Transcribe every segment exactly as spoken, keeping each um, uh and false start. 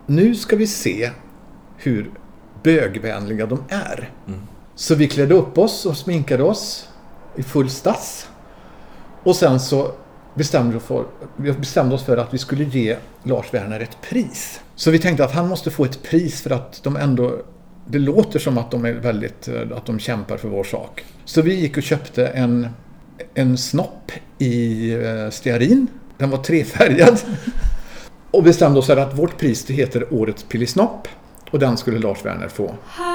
nu ska vi se hur bögvänliga de är. Mm. Så vi klädde upp oss och sminkade oss i full stass. Och sen så bestämde vi, för, vi bestämde oss för att vi skulle ge Lars Werner ett pris. Så vi tänkte att han måste få ett pris för att de ändå, det låter som att de är väldigt, att de kämpar för vår sak. Så vi gick och köpte en, en snopp i stearin. Den var trefärgad. Och bestämde oss för att vårt pris det heter Årets Pillisnopp. Och den skulle Lars Werner få.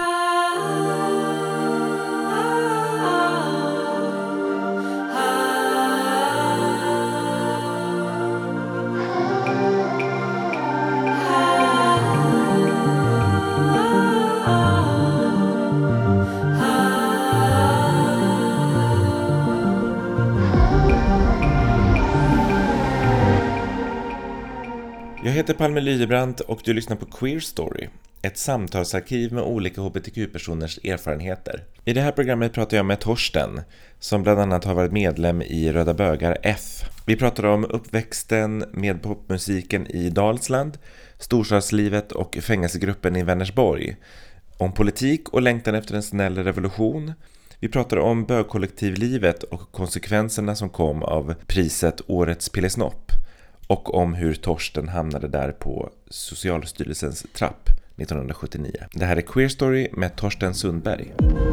Jag heter Palme Lydebrand och du lyssnar på Queer Story, ett samtalsarkiv med olika hbtq-personers erfarenheter. I det här programmet pratar jag med Torsten, som bland annat har varit medlem i Röda Bögar F. Vi pratar om uppväxten med popmusiken i Dalsland, storstadslivet och fängelsegruppen i Vänersborg, om politik och längtan efter en snäll revolution. Vi pratar om bögkollektivlivet och konsekvenserna som kom av priset Årets Pillisnopp. Och om hur Torsten hamnade där på Socialstyrelsens trapp nittonhundrasjuttionio. Det här är Queer Story med Torsten Sundberg.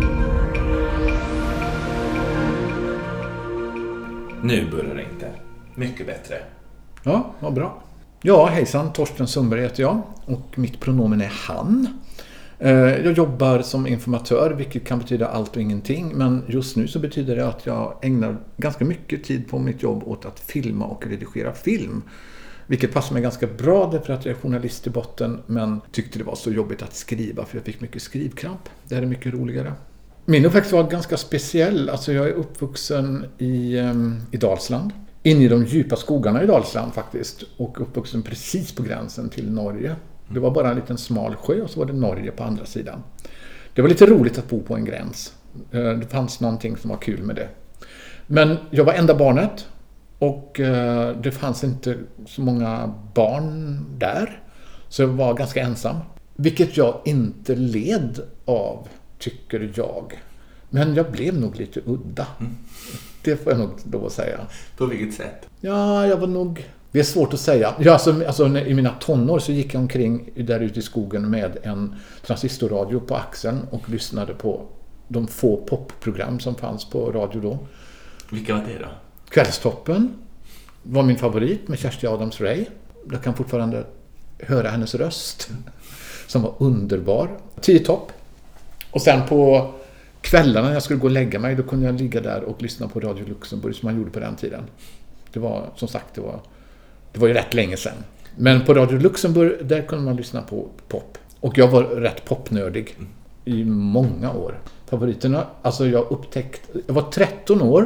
Nu börjar det inte. Mycket bättre. Ja, vad bra. Ja, hejsan. Torsten Sundberg heter jag. Och mitt pronomen är han. Jag jobbar som informatör, vilket kan betyda allt och ingenting. Men just nu så betyder det att jag ägnar ganska mycket tid på mitt jobb åt att filma och redigera film. Vilket passar mig ganska bra därför att jag är journalist i botten. Men tyckte det var så jobbigt att skriva för jag fick mycket skrivkramp. Det här är mycket roligare. Min uppväxt var ganska speciell. Alltså jag är uppvuxen i, i Dalsland. In i de djupa skogarna i Dalsland faktiskt. Och uppvuxen precis på gränsen till Norge. Det var bara en liten smal sjö och så var det Norge på andra sidan. Det var lite roligt att bo på en gräns. Det fanns någonting som var kul med det. Men jag var enda barnet och det fanns inte så många barn där. Så jag var ganska ensam. Vilket jag inte led av, tycker jag. Men jag blev nog lite udda. Mm. Det får jag nog då säga. På vilket sätt? Ja, jag var nog... Det är svårt att säga. Ja, alltså, alltså, i mina tonår så gick jag omkring där ute i skogen med en transistorradio på axeln och lyssnade på de få popprogram som fanns på radio då. Vilka var det då? Kvällstoppen var min favorit med Kerstin Adams-Ray. Jag kan fortfarande höra hennes röst som var underbar. Tio topp. Och sen på kvällarna när jag skulle gå och lägga mig då kunde jag ligga där och lyssna på Radio Luxemburg som man gjorde på den tiden. Det var som sagt, det var Det var ju rätt länge sedan. Men på Radio Luxemburg, där kunde man lyssna på pop. Och jag var rätt popnördig i många år. Favoriterna, alltså jag upptäckte... Jag var tretton år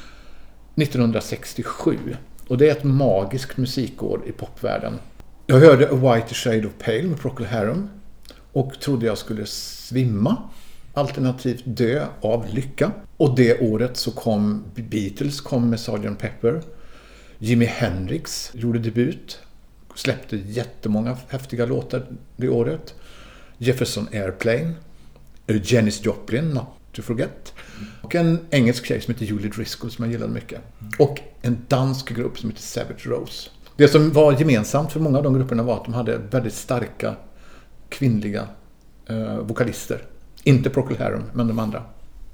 nittonhundrasextiosju. Och det är ett magiskt musikår i popvärlden. Jag hörde A White Shade of Pale med Procol Harum. Och trodde jag skulle svimma. Alternativt dö av lycka. Och det året så kom Beatles, kom med sergeant Pepper. Jimi Hendrix gjorde debut, släppte jättemånga häftiga låtar det året. Jefferson Airplane, Janis Joplin, Not to Forget. Och en engelsk tjej som heter Julie Driscoll som jag gillade mycket. Och en dansk grupp som heter Savage Rose. Det som var gemensamt för många av de grupperna var att de hade väldigt starka kvinnliga eh, vokalister. Inte Procol Harum, men de andra.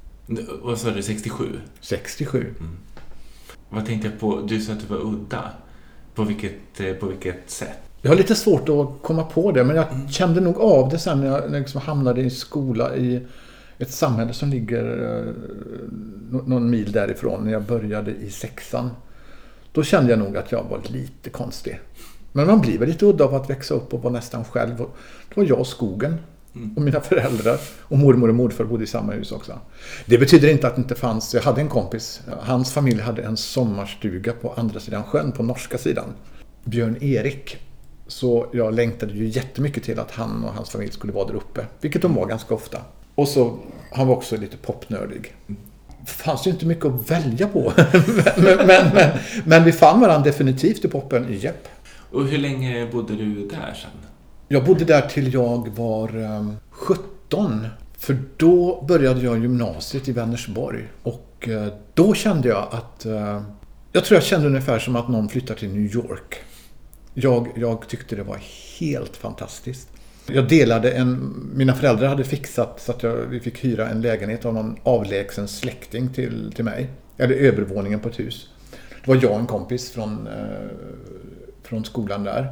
Vad sa du, sextiosju? sextiosju. Mm. Vad tänkte jag på? Du sa att du var udda. På vilket, på vilket sätt? Jag har lite svårt att komma på det. Men jag mm. kände nog av det sen när jag, när jag liksom hamnade i skola i ett samhälle som ligger eh, någon mil därifrån. När jag började i sexan. Då kände jag nog att jag var lite konstig. Men man blir väl lite udda av att växa upp och vara nästan själv. Det var jag och skogen. Mm. Och mina föräldrar. Och mormor och morfar bodde i samma hus också. Det betyder inte att det inte fanns... Jag hade en kompis. Hans familj hade en sommarstuga på andra sidan sjön. På norska sidan. Björn Erik. Så jag längtade ju jättemycket till att han och hans familj skulle vara där uppe. Vilket de var ganska ofta. Och så... Han var också lite popnördig. Det fanns ju inte mycket att välja på. men, men, men, men vi fann varandra definitivt i poppen i Jepp. Och hur länge bodde du där sen? Jag bodde där till jag var sjutton. För då började jag gymnasiet i Vänersborg. Och då kände jag att... Jag tror jag kände ungefär som att någon flyttar till New York. Jag, jag tyckte det var helt fantastiskt. Jag delade en... Mina föräldrar hade fixat så att jag, vi fick hyra en lägenhet av någon avlägsen släkting till, till mig. Eller övervåningen på ett hus. Det var jag och en kompis från, eh, från skolan där.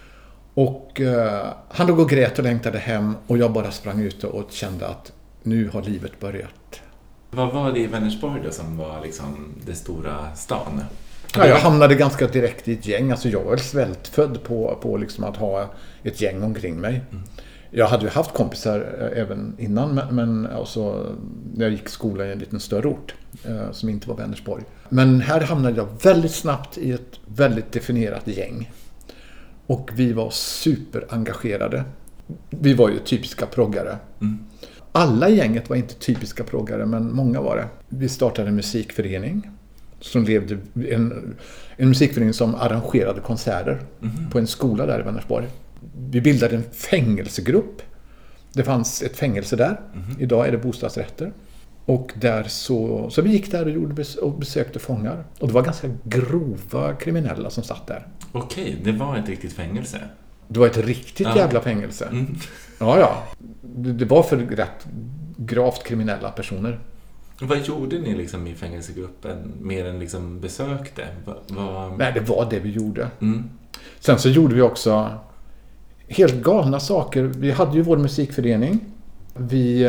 Och eh, han låg och grät och längtade hem. Och jag bara sprang ut och kände att nu har livet börjat. Vad var det i Vänersborg då som var liksom det stora stan? Ja, jag hamnade ganska direkt i ett gäng. Alltså jag var svältfödd på, på liksom att ha ett gäng omkring mig. Mm. Jag hade ju haft kompisar även innan, men, men alltså, jag gick skola i en liten större ort eh, som inte var Vänersborg. Men här hamnade jag väldigt snabbt i ett väldigt definierat gäng. Och vi var superengagerade. Vi var ju typiska proggare. Mm. Alla i gänget var inte typiska proggare, men många var det. Vi startade en musikförening. Som levde, en, en musikförening som arrangerade konserter mm. på en skola där i Vänersborg. Vi bildade en fängelsegrupp. Det fanns ett fängelse där. Mm. Idag är det bostadsrätter. Och där så, så vi gick där och, gjorde bes, och besökte fångar. Och det var ganska grova kriminella som satt där. Okej, det var ett riktigt fängelse. Det var ett riktigt ja. jävla fängelse. Mm. Ja, ja. Det, det var för rätt gravt kriminella personer. Vad gjorde ni liksom i fängelsegruppen mer än liksom besökte? Va, va... Nej, det var det vi gjorde. Mm. Sen så gjorde vi också helt galna saker. Vi hade ju vår musikförening. Vi,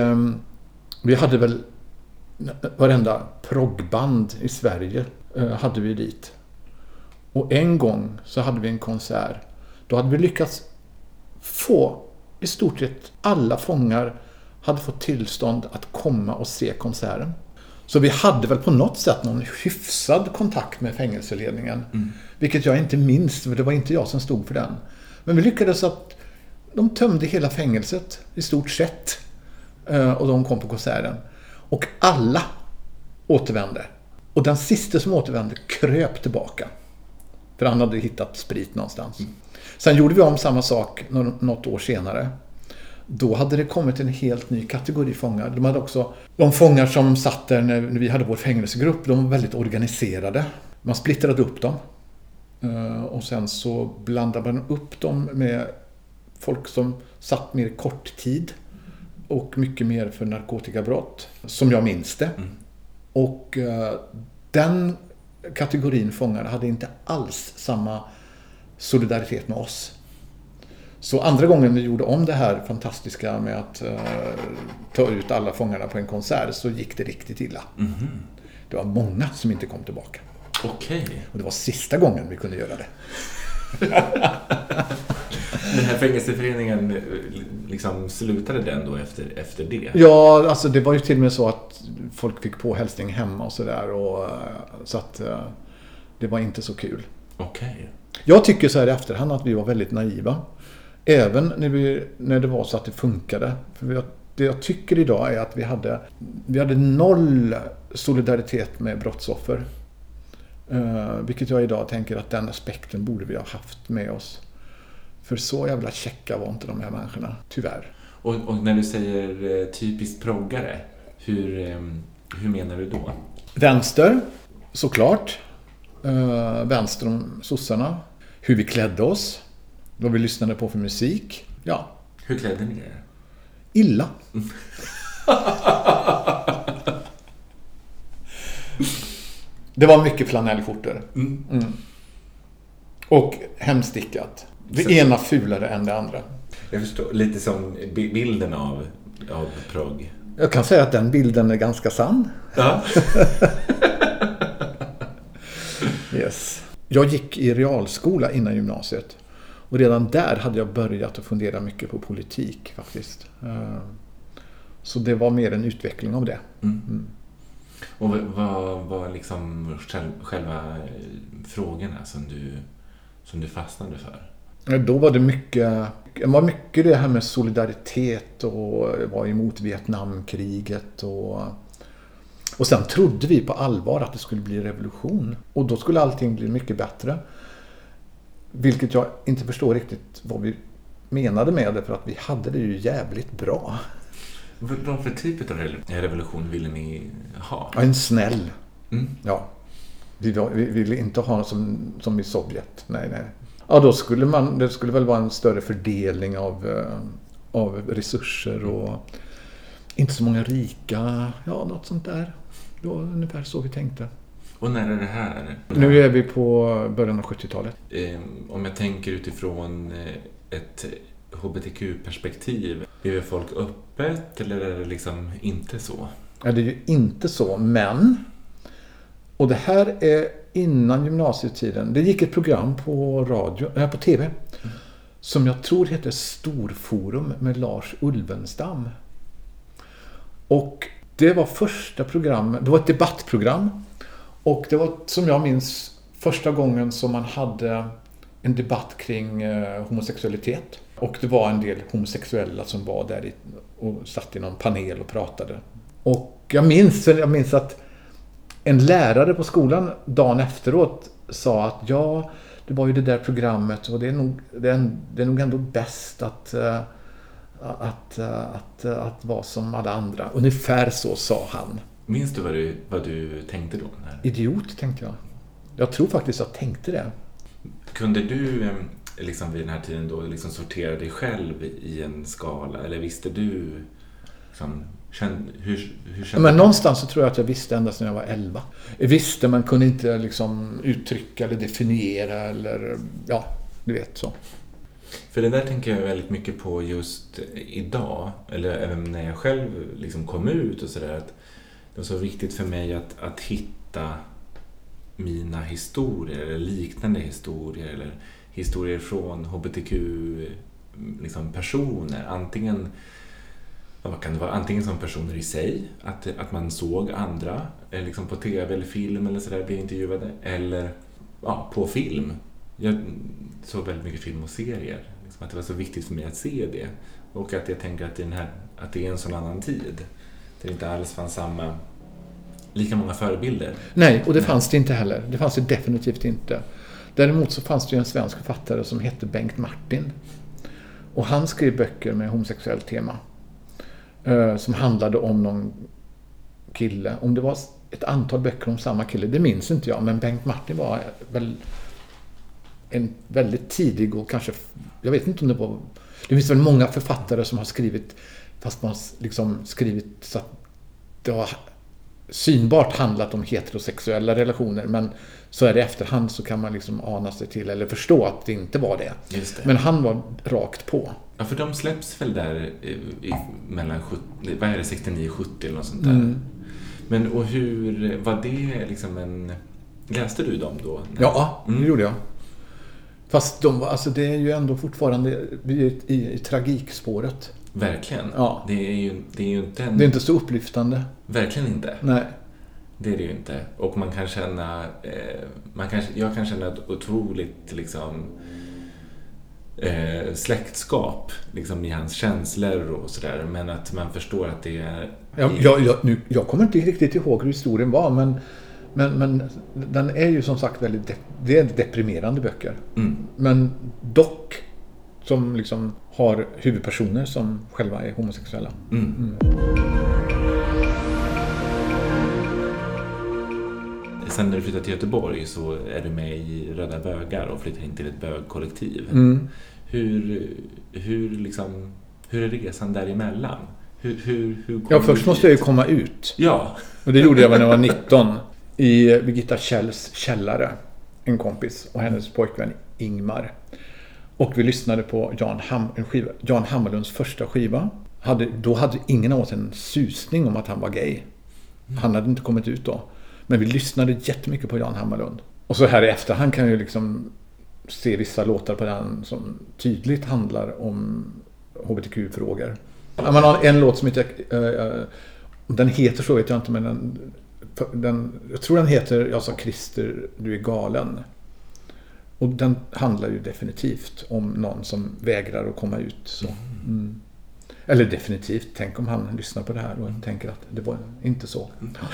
vi hade väl varenda proggband i Sverige hade vi dit. Och en gång så hade vi en konsert. Då hade vi lyckats få i stort sett alla fångar hade fått tillstånd att komma och se konserten. Så vi hade väl på något sätt någon hyfsad kontakt med fängelseledningen. Mm. Vilket jag inte minns, för det var inte jag som stod för den. Men vi lyckades att de tömde hela fängelset i stort sett. Och de kom på konserten. Och alla återvände. Och den sista som återvände kröp tillbaka. För han hade hittat sprit någonstans. Mm. Sen gjorde vi om samma sak något år senare. Då hade det kommit en helt ny kategori fångar. De hade också, de fångar som satt där när vi hade vår fängelsegrupp, de var väldigt organiserade. Man splittrade upp dem. Och sen så blandade man upp dem med folk som satt mer kort tid. Och mycket mer för narkotikabrott, som jag minns det. Mm. Och den kategorin fångar hade inte alls samma solidaritet med oss. Så andra gången vi gjorde om det här fantastiska med att uh, ta ut alla fångarna på en konsert så gick det riktigt illa. Mm-hmm. Det var många som inte kom tillbaka. Okej. Okay. Och det var sista gången vi kunde göra det. Den här fängelseföreningen, liksom slutade den då efter, efter det? Ja, alltså det var ju till och med så att folk fick påhälsning hemma och sådär. Och, så att uh, det var inte så kul. Okej. Okay. Jag tycker så här i efterhand att vi var väldigt naiva. Även när, vi, när det var så att det funkade. För vi, det jag tycker idag är att vi hade, vi hade noll solidaritet med brottsoffer. Uh, vilket jag idag tänker att den aspekten borde vi ha haft med oss. För så jävla checka var inte de här människorna, tyvärr. Och, och när du säger eh, typiskt proggare, hur, eh, hur menar du då? Vänster, såklart. Uh, vänster om sossarna. Hur vi klädde oss. Vad vi lyssnade på för musik. Ja. Hur klädde ni er? Illa. Det var mycket flanellskjortor. Mm. Mm. Och hemstickat. Det Så. ena fulare än det andra. Jag förstår. Lite som bilden av, av progg. Jag kan säga att den bilden är ganska sann. Ja. Yes. Jag gick i realskola innan gymnasiet. Och redan där hade jag börjat att fundera mycket på politik faktiskt. Så det var mer en utveckling av det. Mm. Mm. Och vad var liksom själva frågorna som du, som du fastnade för? Då var det mycket, det var mycket det här med solidaritet och var emot Vietnamkriget och... Och sen trodde vi på allvar att det skulle bli revolution. Och då skulle allting bli mycket bättre. Vilket jag inte förstår riktigt vad vi menade med det, för att vi hade det ju jävligt bra. Vad för typ av revolution ville ni ha? Ja, en snäll. Mm. Ja. Vi, var, vi ville inte ha som, som i Sovjet. Nej, nej. Ja, då skulle man, det skulle väl vara en större fördelning av, av resurser och inte så många rika. Ja, något sånt där. Det var ungefär så vi tänkte. Och när är det här? Nu är vi på början av sjuttiotalet. Eh, om jag tänker utifrån ett H B T Q-perspektiv, lever folk öppet eller är det liksom inte så? Ja, det är ju inte så, men... Och det här är innan gymnasietiden. Det gick ett program på radio, äh, på tv mm. som jag tror heter Storforum med Lars Ulvenstam. Och det var första programmet, det var ett debattprogram. Och det var, som jag minns, första gången som man hade en debatt kring eh, homosexualitet. Och det var en del homosexuella som var där i, och satt i någon panel och pratade. Och jag minns, jag minns att en lärare på skolan dagen efteråt sa att ja, det var ju det där programmet och det är nog, det är, det är nog ändå bäst att, uh, att, uh, att, uh, att vara som alla andra. Ungefär så sa han. Minns du vad du, vad du tänkte då? Här? Idiot, tänkte jag. Jag tror faktiskt jag tänkte det. Kunde du liksom vid den här tiden då liksom sortera dig själv i en skala? Eller visste du liksom, kände, hur, hur kände Men du? någonstans så tror jag att jag visste ända sedan jag var elva. Jag visste, man kunde inte liksom uttrycka eller definiera eller ja, du vet så. För det där tänker jag väldigt mycket på just idag, eller även när jag själv liksom kom ut och sådär, att det var så viktigt för mig att, att hitta mina historier eller liknande historier eller historier från H B T Q liksom personer, antingen vad kan det vara, antingen som personer i sig, att, att man såg andra liksom på tv eller film eller sådär, bli intervjuade, eller ja, på film. Jag såg väldigt mycket film och serier, liksom, att det var så viktigt för mig att se det, och att jag tänker att, den här, att det är en sån annan tid där det inte alls fanns samma lika många förebilder. Nej, och det fanns det inte heller. Det fanns det definitivt inte. Däremot så fanns det ju en svensk författare som hette Bengt Martin. Och han skrev böcker med homosexuellt tema. Eh, som handlade om någon kille. Om det var ett antal böcker om samma kille, det minns inte jag. Men Bengt Martin var väl en väldigt tidig och kanske, jag vet inte om det var, det finns väl många författare som har skrivit, fast man liksom skrivit så att det har synbart handlat om heterosexuella relationer, men så är det efterhand så kan man liksom ana sig till eller förstå att det inte var det. Just det. Men han var rakt på. Ja, för de släpps väl där i, i, mellan sjuttio, vad är det, sextionio sjuttio eller något sånt där. Mm. Men och hur, var det liksom en, läste du dem då? Ja, det mm. gjorde jag. Fast de var, alltså det är ju ändå fortfarande i, i, i tragikspåret. Verkligen. Ja. Det är ju, det är ju inte en... Det är inte så upplyftande. Verkligen inte. Nej. Det är det ju inte. Och man kan känna, eh, man kan, jag kan känna ett otroligt liksom eh, släktskap liksom i hans känslor och sådär, men att man förstår att det är... Jag, jag, jag, nu, jag kommer inte riktigt ihåg hur historien var, men, men, men den är ju som sagt väldigt, de, det är deprimerande böcker. Mm. Men dock som liksom har huvudpersoner som själva är homosexuella. Mm. Mm. Sen när du flyttar till Göteborg så är du med i Röda bögar och flyttar in till ett bögkollektiv. Mm. Hur, hur, liksom, hur är resan däremellan? Hur, hur, hur ja, först måste jag ju komma ut. Ja. Och det gjorde jag när jag var nitton i Birgitta Kjells källare. En kompis och hennes pojkvän Ingmar. Och vi lyssnade på Jan, Ham, en skiva, Jan Hammarlunds första skiva. Hade, då hade ingen av oss en susning om att han var gay. Han hade inte kommit ut då. Men vi lyssnade jättemycket på Jan Hammarlund. Och så här i efterhand kan jag ju liksom se vissa låtar på den som tydligt handlar om H B T Q-frågor. Man har en låt som heter, uh, den heter så vet jag inte, men den, den, jag tror den heter Jag sa Christer, du är galen. Och den handlar ju definitivt om någon som vägrar att komma ut. Så. Mm. Eller definitivt, tänk om han lyssnar på det här och tänker att det var inte så.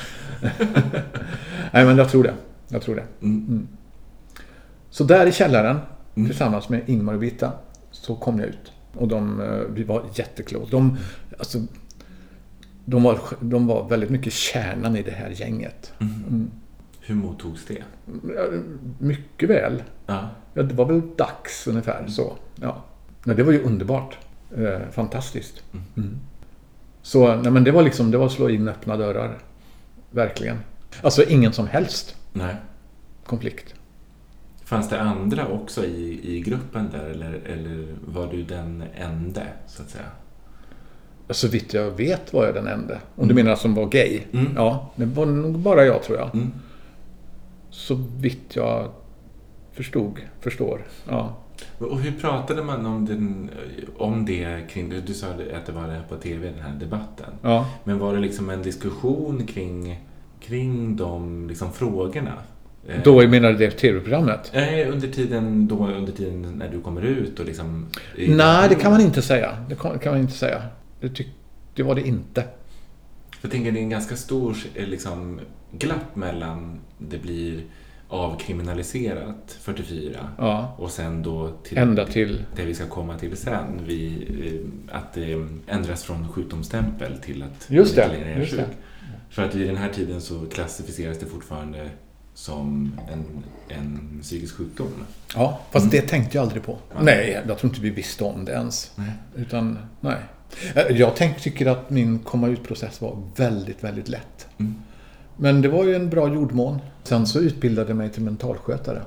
Nej, men jag tror det. Jag tror det. Mm. Så där i källaren, mm. tillsammans med Ingmar och Birgitta, så kom jag ut. Och de, vi var jätteklok. De, alltså, de, var, de var väldigt mycket kärnan i det här gänget. Mm. Mm. Hur mottogs det? Mycket väl. Ja. Ja, det var väl dags ungefär mm. så. Ja. Men det var ju underbart. Eh, fantastiskt. Mm. Mm. Så nej, men det var liksom det var att slå in öppna dörrar. Verkligen. Alltså ingen som helst nej. konflikt. Fanns det andra också i, i gruppen där eller, eller var du den enda så att säga? Så vitt jag vet var jag den enda. Om mm. du menar som var gay. Mm. Ja, det var nog bara jag tror jag. Mm. Så vitt jag förstod, förstår. Ja. Och hur pratade man om, den, om det kring, du sa att det var det på tv, den här debatten. Ja. Men var det liksom en diskussion kring, kring de liksom frågorna? Då menar du det tv-programmet? Nej, under tiden, då, under tiden när du kommer ut och liksom... Nej, det kan man inte säga. Det kan, kan man inte säga. Det, tyck, det var det inte. Jag tänker det är en ganska stor liksom, glapp mellan det blir avkriminaliserat fyrtiofyra ja. och sen då till, ända till det vi ska komma till sen vi, att det ändras från sjukdomsstämpel till att just det, just det. För att i den här tiden så klassificeras det fortfarande som en, en psykisk sjukdom. Ja, fast mm. det tänkte jag aldrig på. Ja. Nej, jag tror inte vi visste om det ens. Nej. Utan, nej. Jag tänkte, tycker att min komma ut-process var väldigt, väldigt lätt. Mm. Men det var ju en bra jordmån. Sen så utbildade jag mig till mentalskötare.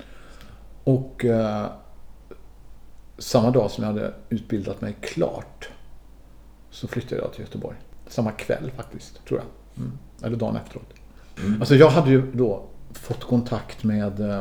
Och eh, samma dag som jag hade utbildat mig klart så flyttade jag till Göteborg. Samma kväll faktiskt, tror jag. Mm. Eller dagen efteråt. Mm. Alltså jag hade ju då fått kontakt med... Eh,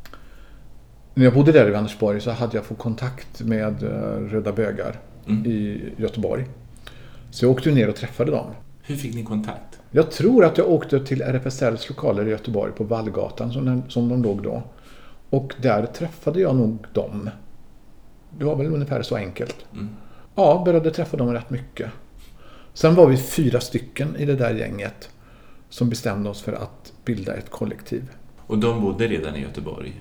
när jag bodde där i Vänersborg så hade jag fått kontakt med eh, Röda bögar mm. i Göteborg. Så jag åkte ner och träffade dem. Hur fick ni kontakt? Jag tror att jag åkte till R F S L:s lokaler i Göteborg på Vallgatan som, den, som de låg då. Och där träffade jag nog dem. Det var väl ungefär så enkelt. Mm. Ja, började träffa dem rätt mycket. Sen var vi fyra stycken i det där gänget som bestämde oss för att bilda ett kollektiv. Och de bodde redan i Göteborg?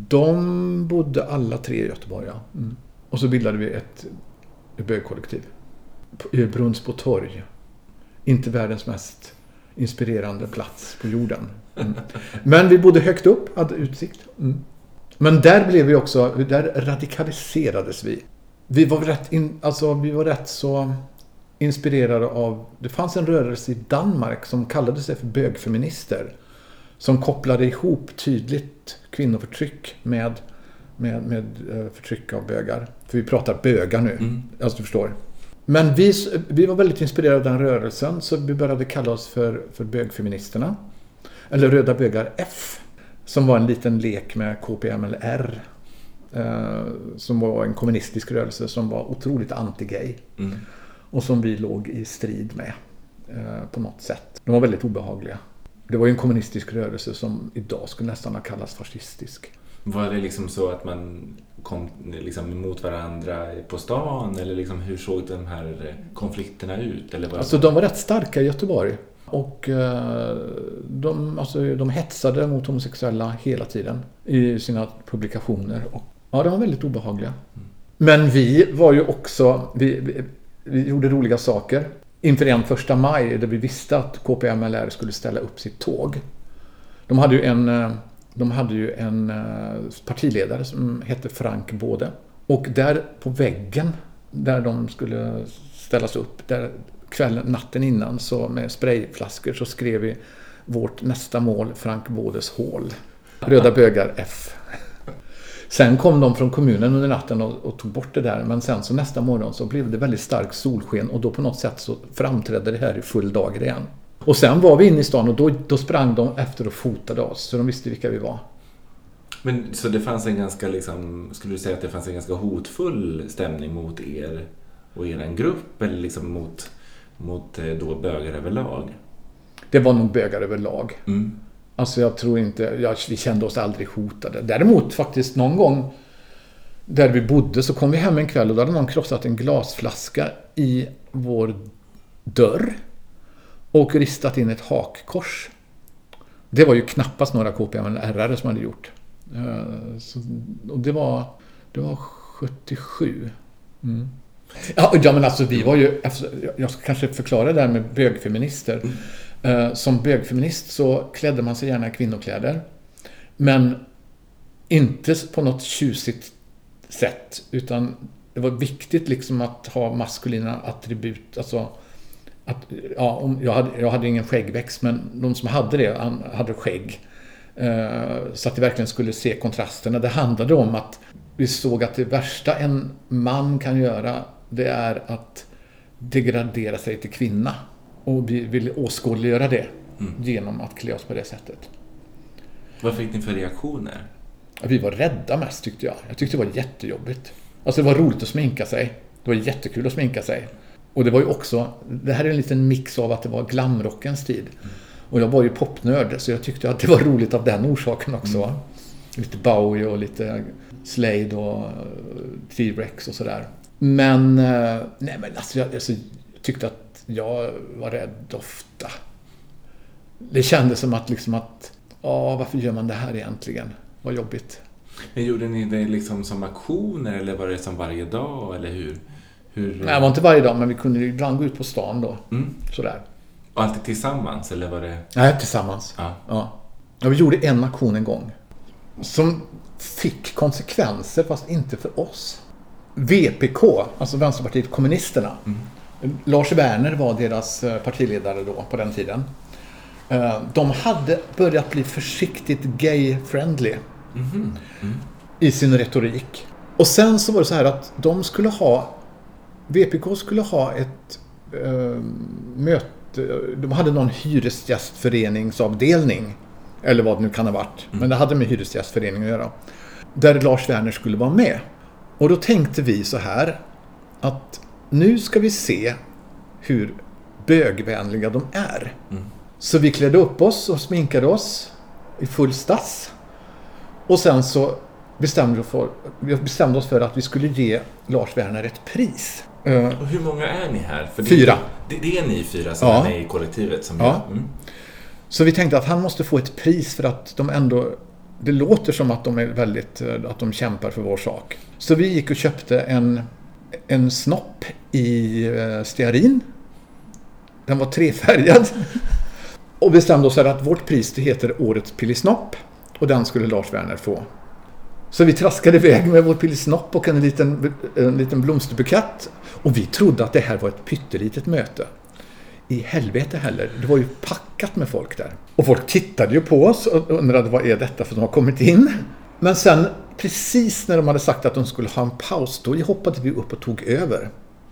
De bodde alla tre i Göteborg, ja. Mm. Och så bildade vi ett, ett bögkollektiv. I Brunnsbo torg. Inte världens mest inspirerande plats på jorden. Mm. Men vi bodde högt upp, hade utsikt. Mm. Men där blev vi också, där radikaliserades vi. Vi var rätt, in, alltså vi var rätt så inspirerade av, det fanns en rörelse i Danmark som kallade sig för bögfeminister. Som kopplade ihop tydligt kvinnoförtryck med, med, med förtryck av bögar. För vi pratar bögar nu, mm. alltså du förstår. Men vi, vi var väldigt inspirerade av den rörelsen så vi började kalla oss för, för bögfeministerna. Eller Röda bögar F. Som var en liten lek med K P M L R. Eh, som var en kommunistisk rörelse som var otroligt anti-gay. Mm. Och som vi låg i strid med eh, på något sätt. De var väldigt obehagliga. Det var ju en kommunistisk rörelse som idag skulle nästan ha kallats fascistisk. Var det liksom så att man kom liksom mot varandra på stan? Eller liksom hur såg de här konflikterna ut? Eller var alltså de var rätt starka i Göteborg. Och eh, de, alltså, de hetsade mot homosexuella hela tiden i sina publikationer. Och, ja, de var väldigt obehagliga. Mm. Men vi var ju också, vi, vi, vi gjorde roliga saker. Inför en första maj där vi visste att K P M L R skulle ställa upp sitt tåg. De hade ju en... De hade ju en partiledare som hette Frank Både. Och där på väggen där de skulle ställas upp, där kvällen, natten innan så med sprayflaskor så skrev vi vårt nästa mål, Frank Bådes hål. Röda bögar F. Sen kom de från kommunen under natten och, och tog bort det där. Men sen så nästa morgon så blev det väldigt stark solsken och då på något sätt så framträdde det här i full dag igen. Och sen var vi inne i stan och då, då sprang de efter och fotade oss. Så de visste vilka vi var. Men så det fanns en ganska, liksom, skulle du säga att det fanns en ganska hotfull stämning mot er och er en grupp eller liksom mot, mot då bögar överlag? Det var nog bögar överlag. Mm. Alltså jag tror inte, ja, vi kände oss aldrig hotade. Däremot faktiskt någon gång där vi bodde så kom vi hem en kväll och då hade någon krossat en glasflaska i vår dörr. Och ristat in ett hakkors. Det var ju knappast några K P M L R-are som hade gjort. Så, och det var, det var sjuttiosju. Mm. Ja, ja, men alltså vi var ju, jag ska kanske förklara det där med bögfeminister. Mm. Som bögfeminist så klädde man sig gärna i kvinnokläder. Men inte på något tjusigt sätt, utan det var viktigt liksom att ha maskulina attribut. Alltså, att, ja, om, jag, hade, jag hade ingen skäggväxt, men de som hade det han hade skägg. Så att det verkligen skulle se kontrasterna. Det handlade om att vi såg att det värsta en man kan göra, det är att degradera sig till kvinna. Och vi ville åskådliggöra det mm. genom att klä oss på det sättet. Vad fick ni för reaktioner? Vi var rädda mest, tyckte jag. Jag tyckte det var jättejobbigt. Alltså det var roligt att sminka sig. Det var jättekul att sminka sig. Och det var ju också, det här är en liten mix av att det var glamrockens tid. Mm. Och jag var ju popnörd, så jag tyckte att det var roligt av den orsaken också. Mm. Lite Bowie och lite Slade och T-Rex och sådär. Men, nej men alltså jag, alltså, jag tyckte att jag var rädd ofta. Det kändes som att liksom att, ja, varför gör man det här egentligen? Vad jobbigt. Men gjorde ni det liksom som aktioner eller var det som varje dag eller hur? hur... Nej, det var inte varje dag, men vi kunde ju ibland gå ut på stan då. Mm. Sådär. Och alltid tillsammans eller var det? Nej, tillsammans. Ja. Ja. Ja, vi gjorde en aktion en gång som fick konsekvenser, fast inte för oss. V P K, alltså Vänsterpartiet kommunisterna. Mm. Lars Werner var deras partiledare då på den tiden. De hade börjat bli försiktigt gay-friendly mm. Mm. i sin retorik. Och sen så var det så här att de skulle ha, V P K skulle ha ett äh, möte. De hade någon hyresgästföreningsavdelning, eller vad det nu kan ha varit. Mm. Men det hade med hyresgästförening att göra. Där Lars Werner skulle vara med. Och då tänkte vi så här, att nu ska vi se hur bögvänliga de är. Mm. Så vi klädde upp oss och sminkade oss i full stass. Och sen så bestämde, för, vi bestämde oss för att vi skulle ge Lars Werner ett pris. Och hur många är ni här? För fyra. Det, det är ni fyra som ja. är med i kollektivet. Som ja. Mm. Så vi tänkte att han måste få ett pris för att de ändå, det låter som att de är väldigt, att de kämpar för vår sak. Så vi gick och köpte en, en snopp i stearin. Den var trefärgad. Och bestämde oss för att vårt pris, det heter Årets Pillisnopp. Och den skulle Lars Werner få. Så vi traskade iväg med vår pillisnopp och en liten, en liten blomsterbukett. Och vi trodde att det här var ett pyttelitet möte. I helvete heller. Det var ju packat med folk där. Och folk tittade ju på oss och undrade vad är detta för de har kommit in. Men sen precis när de hade sagt att de skulle ha en paus, då hoppade vi upp och tog över.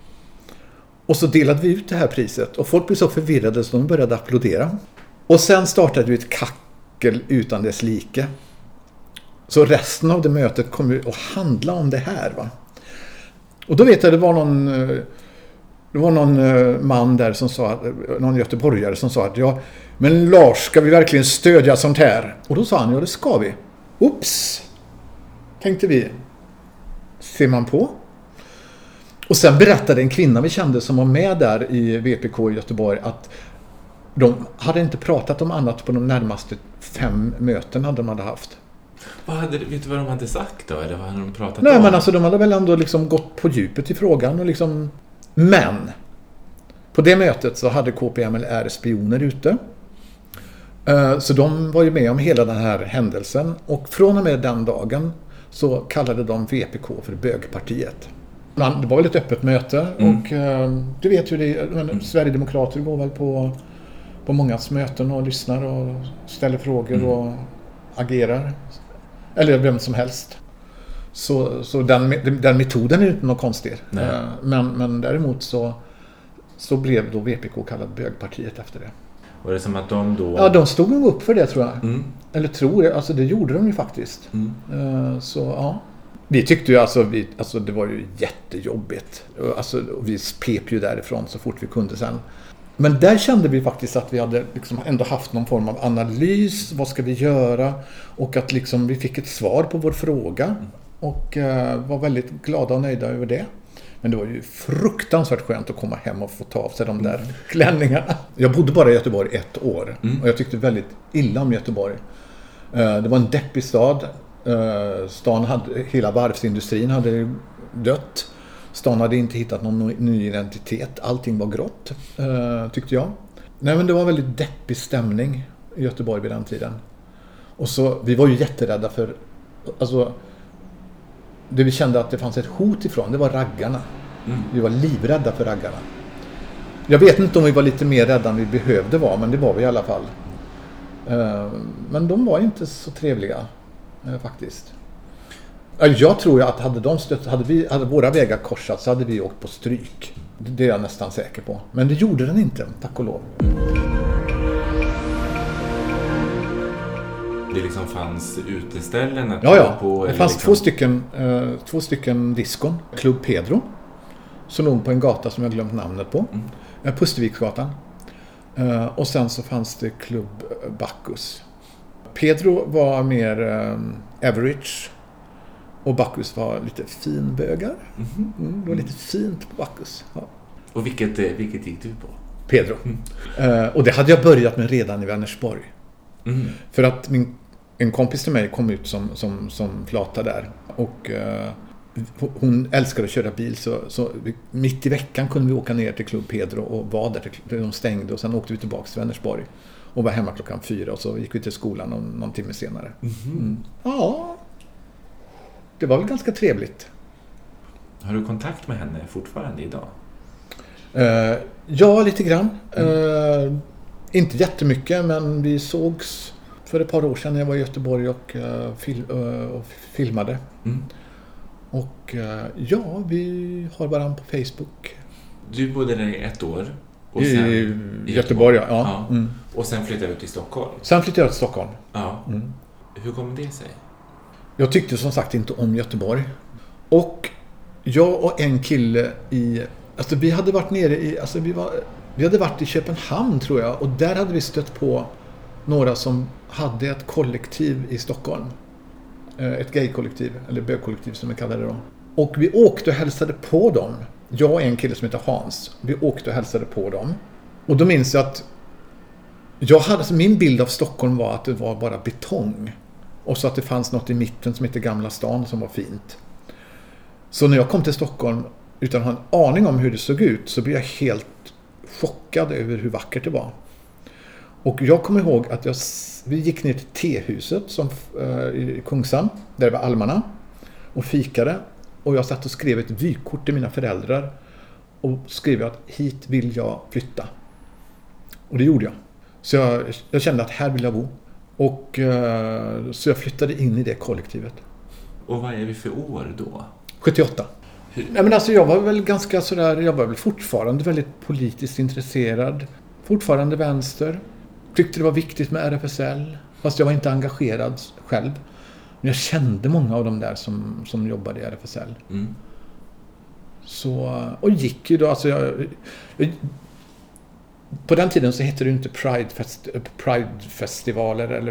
Och så delade vi ut det här priset. Och folk blev så förvirrade så de började applådera. Och sen startade vi ett kackel utan dess like. Så resten av det mötet kom ju att handla om det här, va. Och då vet jag, det var någon, det var någon man där som sa, någon göteborgare som sa att ja, men Lars, ska vi verkligen stödja sånt här? Och då sa han, ja det ska vi. Oops, tänkte vi. Ser man på? Och sen berättade en kvinna vi kände som var med där i V P K i Göteborg att de hade inte pratat om annat på de närmaste fem möten hade de hade haft. Vad hade, vet du vad de hade sagt då? Eller vad hade de pratat Nej, om? men alltså de hade väl ändå liksom gått på djupet i frågan och liksom... Men på det mötet så hade K P M L R-spioner ute. Så de var ju med om hela den här händelsen. Och från och med den dagen så kallade de V P K för bögpartiet. Men det var väl ett öppet möte. Mm. Och du vet ju det, men mm. Sverigedemokrater går väl på, på mångas möten och lyssnar och ställer frågor mm. och agerar. Eller vem som helst. Så, så den, den metoden är inte något konstigt. Men, men däremot så, så blev då V P K kallad bögpartiet efter det. Var det som att de då... Ja, de stod nog upp för det tror jag. Mm. Eller tror jag, alltså det gjorde de ju faktiskt. Mm. Så ja. Vi tyckte ju alltså, vi, alltså det var ju jättejobbigt. Alltså, vi pep ju därifrån så fort vi kunde sen. Men där kände vi faktiskt att vi hade liksom ändå haft någon form av analys. Vad ska vi göra? Och att liksom vi fick ett svar på vår fråga. Och uh, var väldigt glada och nöjda över det. Men det var ju fruktansvärt skönt att komma hem och få ta av sig de där klänningarna. Jag bodde bara i Göteborg ett år. Mm. Och jag tyckte väldigt illa om Göteborg. Uh, det var en deppig stad. Uh, stan hade, hela varvsindustrin hade dött. Stan hade inte hittat någon ny identitet. Allting var grått, eh, tyckte jag. Nej, men det var en väldigt deppig stämning i Göteborg vid den tiden. Och så, vi var ju jätterädda för, alltså, det vi kände att det fanns ett hot ifrån, det var raggarna. Mm. Vi var livrädda för raggarna. Jag vet inte om vi var lite mer rädda än vi behövde vara, men det var vi i alla fall. Eh, men de var inte så trevliga, eh, faktiskt. Jag tror att hade de stött, hade, vi, hade våra vägar korsat så hade vi åkt på stryk. Det är jag nästan säker på. Men det gjorde den inte, tack och lov. Det liksom fanns uteställen att ja, ja. på? Det fanns liksom... två stycken, eh, två stycken diskon. Club Pedro. Som låg på en gata som jag glömt namnet på. Mm. Pusterviksgatan. Eh, och sen så fanns det Club Bacchus. Pedro var mer eh, average. Och Bacchus var lite finbögar. Mm. Mm, det var lite fint på Bacchus. Ja. Och vilket, vilket gick du på? Pedro. Mm. Eh, och det hade jag börjat med redan i Vänersborg. Mm. För att min, en kompis till mig kom ut som, som, som flata där. Och eh, hon älskade att köra bil. Så, så mitt i veckan kunde vi åka ner till Club Pedro och var där till de stängde. Och sen åkte vi tillbaka till Vänersborg. Och var hemma klockan fyra. Och så gick vi till skolan någon, någon timme senare. Mm. Mm. Ja... Det var väl ganska trevligt. Har du kontakt med henne fortfarande idag? Uh, ja, lite grann. Mm. Uh, inte jättemycket, men vi sågs för ett par år sedan när jag var i Göteborg och, uh, fil- uh, och filmade. Mm. Och uh, ja, vi har varandra på Facebook. Du bodde där i ett år. Och sen, I, i Göteborg, Göteborg, ja. ja. Mm. Och sen flyttade du till Stockholm? Sen flyttade jag till Stockholm. Ja. Mm. Hur kom det sig? Jag tyckte som sagt inte om Göteborg. Och jag och en kille i... Alltså vi hade varit nere i... Alltså vi, var, vi hade varit i Köpenhamn tror jag. Och där hade vi stött på några som hade ett kollektiv i Stockholm. Ett gaykollektiv, eller bögkollektiv som vi kallar det då. Och vi åkte och hälsade på dem. Jag och en kille som heter Hans. Vi åkte och hälsade på dem. Och då minns jag att... Jag hade, alltså min bild av Stockholm var att det var bara betong. Och så att det fanns något i mitten som heter Gamla stan som var fint. Så när jag kom till Stockholm utan att ha en aning om hur det såg ut så blev jag helt chockad över hur vackert det var. Och jag kommer ihåg att jag, vi gick ner till T-huset som, uh, i Kungshamn, där var almarna, och fikade. Och jag satt och skrev ett vykort till mina föräldrar och skrev att hit vill jag flytta. Och det gjorde jag. Så jag, jag kände att här vill jag bo. Och uh, så jag flyttade in i det kollektivet. Och vad är vi för år då? sjuttioåtta. Hur? Nej, men alltså jag var väl ganska sådär, jag var väl fortfarande väldigt politiskt intresserad. Fortfarande vänster. Tyckte det var viktigt med R F S L. Fast jag var inte engagerad själv. Men jag kände många av dem där som, som jobbade i R F S L. Mm. Så, och gick ju då, alltså jag... jag på den tiden så hette det ju inte Pride, fest, Pride festivaler eller,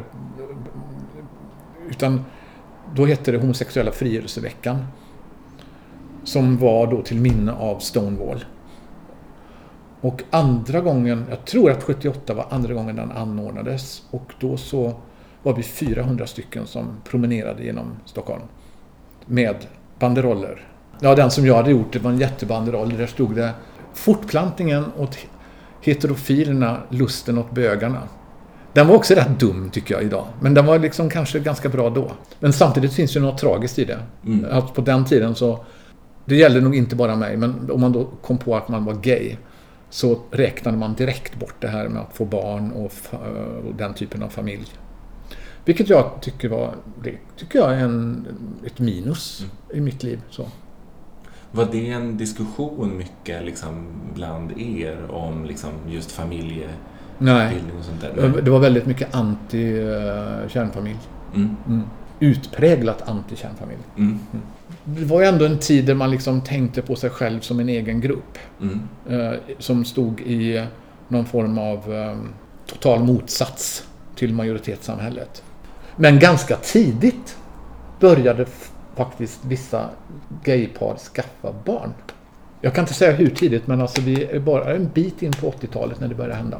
utan då hette det homosexuella frigörelseveckan som var då till minne av Stonewall. Och andra gången, jag tror att sjuttioåtta var andra gången den anordnades, och då så var vi fyrahundra stycken som promenerade genom Stockholm med banderoller. Ja, den som jag hade gjort, det var en jättebanderoll, där stod det fortplantningen åt heterofilerna, lusten åt bögarna. Den var också rätt dum tycker jag idag. Men den var liksom kanske ganska bra då. Men samtidigt finns ju något tragiskt i det. Mm. Att på den tiden så, det gällde nog inte bara mig, men om man då kom på att man var gay så räknade man direkt bort det här med att få barn och, och den typen av familj. Vilket jag tycker var, det tycker jag är en, ett minus mm. i mitt liv. Så. Var det en diskussion mycket liksom bland er om liksom just familjebildning och sånt där? Nej, det var väldigt mycket anti-kärnfamilj. Mm. Mm. Utpräglat anti-kärnfamilj. Mm. Mm. Det var ju ändå en tid där man liksom tänkte på sig själv som en egen grupp. Mm. Eh, som stod i någon form av eh, total motsats till majoritetssamhället. Men ganska tidigt började faktiskt vissa gaypar skaffa barn. Jag kan inte säga hur tidigt, men alltså vi är bara en bit in på åttiotalet när det började hända.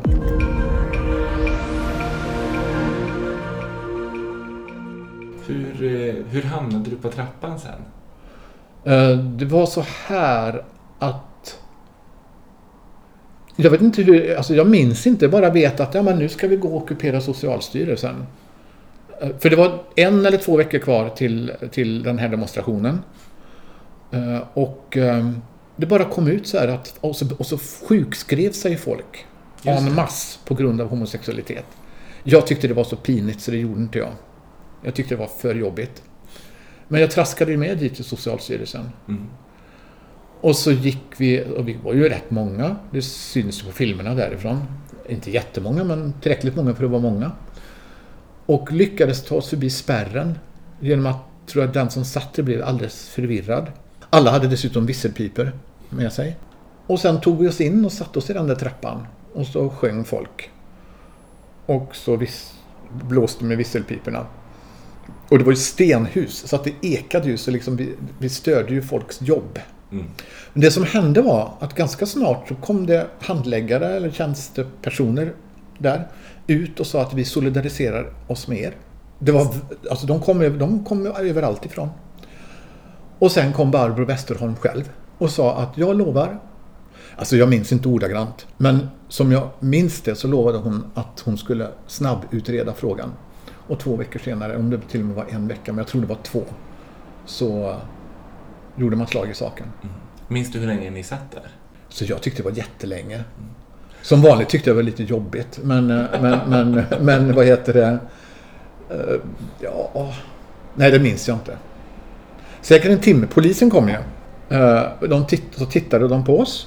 Hur, hur hamnade du på trappan sen? Det var så här att jag vet inte hur, alltså jag minns inte, bara vet att ja, men nu ska vi gå och ockupera Socialstyrelsen. För det var en eller två veckor kvar till, till den här demonstrationen. Och det bara kom ut så här att och så, och så sjukskrev sig folk en mass på grund av homosexualitet. Jag tyckte det var så pinigt så det gjorde inte jag. Jag tyckte det var för jobbigt. Men jag traskade ju med dit till Socialstyrelsen. Mm. Och så gick vi, och vi var ju rätt många. Det syns på filmerna därifrån. Inte jättemånga, men tillräckligt många för att vara många. Och lyckades ta oss förbi spärren genom att, tror jag, den som satt det blev alldeles förvirrad. Alla hade dessutom visselpiper med sig. Och sen tog vi oss in och satte oss i den där trappan. Och så sjöng folk. Och så vis- blåste med visselpiperna. Och det var ju stenhus, så att det ekade ju, så liksom vi, vi störde ju folks jobb. Mm. Men det som hände var att ganska snart så kom det handläggare eller tjänstepersoner där ut och sa att vi solidariserar oss med er. Det var, alltså de kom, de kom överallt ifrån. Och sen kom Barbro Westerholm själv och sa att jag lovar, alltså jag minns inte ordagrant, men som jag minns det så lovade hon att hon skulle snabbutreda frågan. Och två veckor senare, om det till och med var en vecka, men jag tror det var två, så gjorde man slag i saken. Mm. Minns du hur länge ni satt där? Så jag tyckte det var jättelänge. Mm. Som vanligt tyckte jag det var lite jobbigt. Men, men, men, men vad heter det? Uh, ja, nej, det minns jag inte. Säkert en timme. Polisen kom ju. Uh, de titt- så tittade de på oss.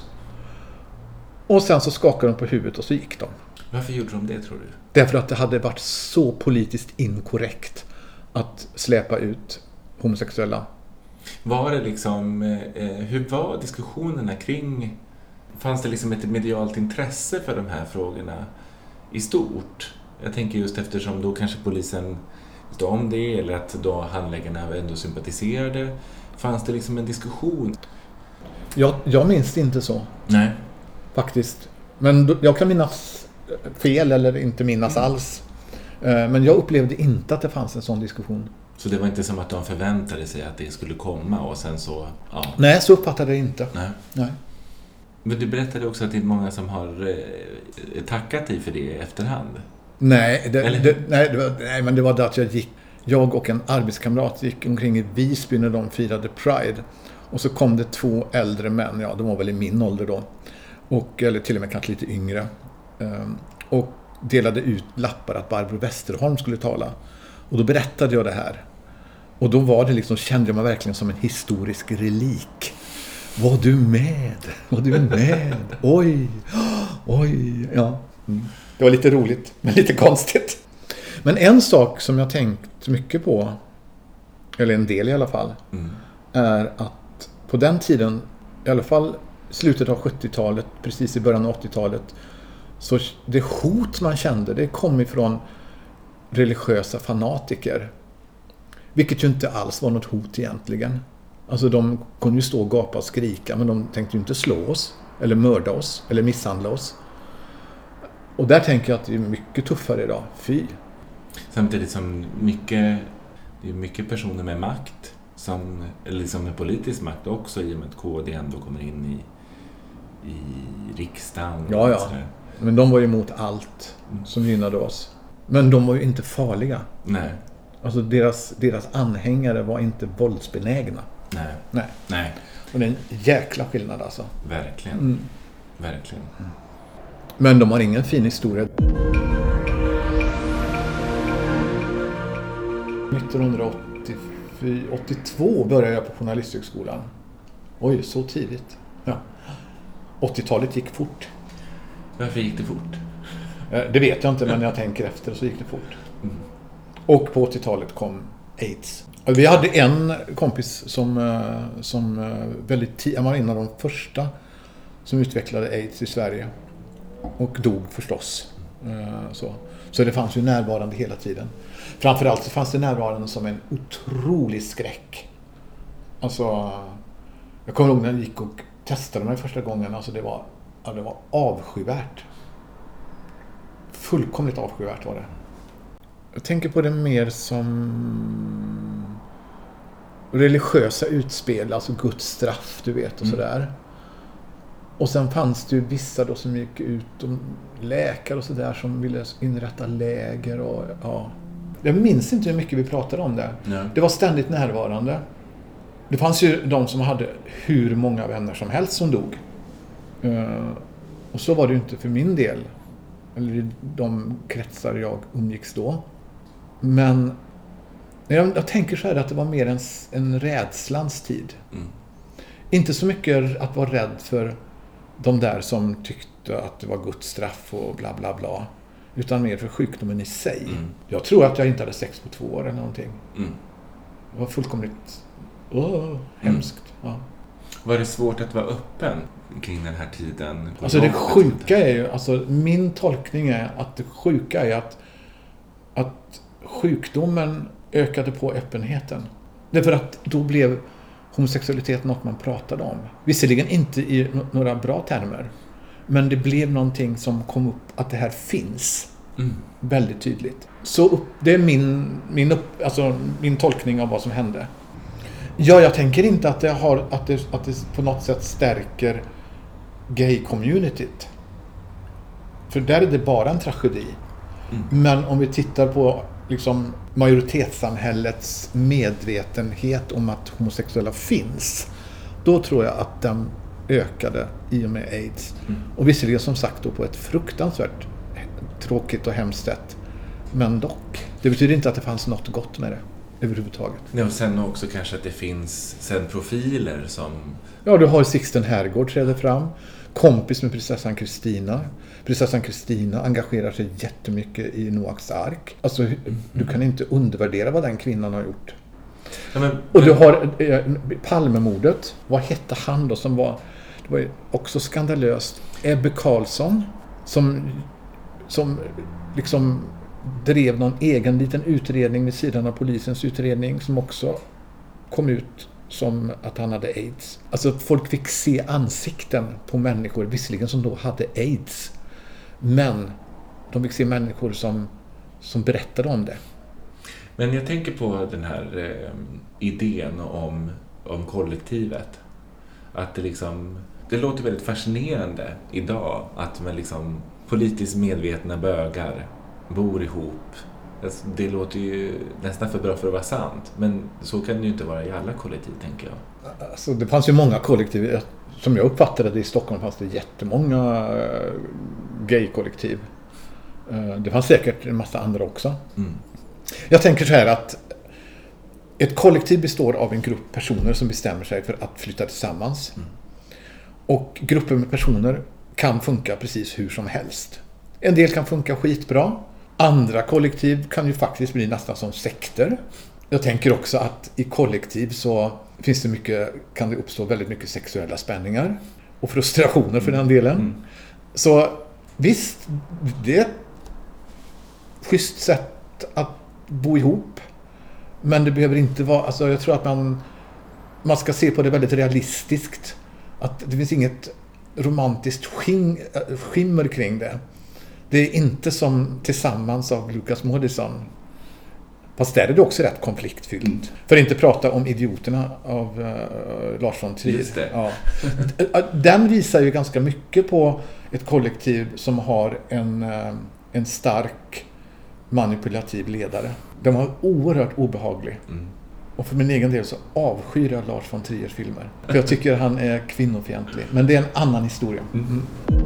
Och sen så skakade de på huvudet och så gick de. Varför gjorde de det, tror du? Därför att det hade varit så politiskt inkorrekt att släpa ut homosexuella. Var det liksom, eh, hur var diskussionerna kring, fanns det liksom ett medialt intresse för de här frågorna i stort? Jag tänker just eftersom då kanske polisen visste om det, eller att då handläggarna ändå sympatiserade. Fanns det liksom en diskussion? Jag, jag minns inte så. Nej. Faktiskt. Men jag kan minnas fel eller inte minnas mm. alls. Men jag upplevde inte att det fanns en sån diskussion. Så det var inte som att de förväntade sig att det skulle komma och sen så... Ja. Nej, så uppfattade jag det inte. Nej. Nej. Men du berättade också att det är många som har eh, tackat dig för det i efterhand. Nej, det, det, nej, det var, nej, men det var det att jag gick... Jag och en arbetskamrat gick omkring i Visby när de firade Pride. Och så kom det två äldre män, ja, de var väl i min ålder då. Och, eller till och med kanske lite yngre. Um, och delade ut lappar att Barbro Westerholm skulle tala. Och då berättade jag det här. Och då var det liksom, kände jag mig verkligen som en historisk relik. Var du med? Var du med? Oj, oj, ja. Mm. Det var lite roligt, men lite konstigt. Men en sak som jag tänkt mycket på, eller en del i alla fall, mm. är att på den tiden, i alla fall slutet av sjuttiotalet, precis i början av åttiotalet, så det hot man kände, det kom ifrån religiösa fanatiker. Vilket ju inte alls var något hot egentligen. Alltså de kunde ju stå och gapa och skrika, men de tänkte ju inte slå oss, eller mörda oss, eller misshandla oss. Och där tänker jag att det är mycket tuffare idag. Fy. Samtidigt som mycket, det är mycket personer med makt, som, eller liksom med politisk makt också, i och med att K D ändå kommer in i, i riksdagen. Ja, ja. Men de var ju emot allt som gynnade oss. Men de var ju inte farliga. Nej. Alltså deras, deras anhängare var inte våldsbenägna. Nej. Nej. Nej. Och det är en jäkla skillnad alltså. Verkligen. Mm. Verkligen. Mm. Men de har ingen fin historia. nittonhundraåttiotvå började jag på Journalisthögskolan. Oj, så tidigt. Ja. åttiotalet gick fort. Varför gick det fort? Det vet jag inte, men jag tänker efter så gick det fort. Mm. Och på åttiotalet kom AIDS. Vi hade en kompis som, som väldigt tidigt, var en av de första som utvecklade AIDS i Sverige. Och dog förstås. Så, så det fanns ju närvarande hela tiden. Framförallt så fanns det närvarande som en otrolig skräck. Alltså, jag kommer ihåg när jag gick och testade mig första gången. Alltså det var, ja, det var avskyvärt. Fullkomligt avskyvärt var det. Jag tänker på det mer som religiösa utspel, alltså Guds straff, du vet, och Mm. sådär. Och sen fanns det ju vissa då som gick ut, och läkare och sådär, som ville inrätta läger och ja. Jag minns inte hur mycket vi pratade om det. Ja. Det var ständigt närvarande. Det fanns ju de som hade hur många vänner som helst som dog. Uh, och så var det ju inte för min del. Eller i de kretsar jag umgicks då. Men jag, jag tänker så här att det var mer en, en rädslans tid. Mm. Inte så mycket att vara rädd för de där som tyckte att det var Guds straff och bla bla bla. Utan mer för sjukdomen i sig. Mm. Jag tror att jag inte hade sex på två år eller någonting. Mm. Det var fullkomligt oh, hemskt. Mm. Ja. Var det svårt att vara öppen kring den här tiden? Alltså det sjuka är ju, alltså min tolkning är att det sjuka är att, att sjukdomen ökade på öppenheten. Därför att då blev homosexualitet något man pratade om. Visserligen inte i några bra termer. Men det blev någonting som kom upp, att det här finns. Mm. Väldigt tydligt. Så upp, det är min, min, upp, alltså min tolkning av vad som hände. Ja, jag tänker inte att det, har, att det, att det på något sätt stärker gay-communityt. För där är det bara en tragedi. Mm. Men om vi tittar på liksom majoritetssamhällets medvetenhet om att homosexuella finns, då tror jag att den ökade i och med AIDS. Mm. Och visserligen som sagt då på ett fruktansvärt tråkigt och hemskt sätt. Men dock, det betyder inte att det fanns något gott med det överhuvudtaget. Ja, och sen också kanske att det finns sen profiler som... Ja, du har Sixten Herrgård träder fram. Kompis med prinsessan Kristina. Prinsessan Kristina engagerar sig jättemycket i Noaks ark. Alltså, mm. du kan inte undervärdera vad den kvinnan har gjort. Ja, men, och du har eh, Palmemordet. Vad hette han då som var... Det var också skandalöst. Ebbe Carlsson som, som liksom drev någon egen liten utredning vid sidan av polisens utredning som också kom ut som att han hade AIDS. Alltså folk fick se ansikten på människor, visserligen som då hade AIDS. Men de fick se människor som, som berättade om det. Men jag tänker på den här eh, idén om, om kollektivet. Att det liksom... Det låter väldigt fascinerande idag att man liksom politiskt medvetna bögar bor ihop. Alltså, det låter ju nästan för bra för att vara sant. Men så kan det ju inte vara i alla kollektiv, tänker jag. Alltså, det fanns ju många kollektiv. Som jag uppfattade det i Stockholm fanns det jättemånga gay-kollektiv. Det fanns säkert en massa andra också. Mm. Jag tänker så här att ett kollektiv består av en grupp personer som bestämmer sig för att flytta tillsammans. Mm. Och grupper med personer kan funka precis hur som helst. En del kan funka skitbra. Andra kollektiv kan ju faktiskt bli nästan som sekter. Jag tänker också att i kollektiv så finns det mycket, kan det uppstå väldigt mycket sexuella spänningar. Och frustrationer för den delen. Mm. Så visst, det är ett schysst sätt att bo ihop. Men det behöver inte vara, alltså jag tror att man, man ska se på det väldigt realistiskt. Att det finns inget romantiskt skim, skimmer kring det. Det är inte som Tillsammans av Lukas Moodysson. Fast där är det också rätt konfliktfyllt. Mm. För att inte prata om Idioterna av uh, Lars von Trier. Just det. Ja. Den visar ju ganska mycket på ett kollektiv som har en, uh, en stark manipulativ ledare. Den var oerhört obehaglig. Mm. Och för min egen del så avskyr jag Lars von Triers filmer. För jag tycker han är kvinnofientlig. Men det är en annan historia. Mm.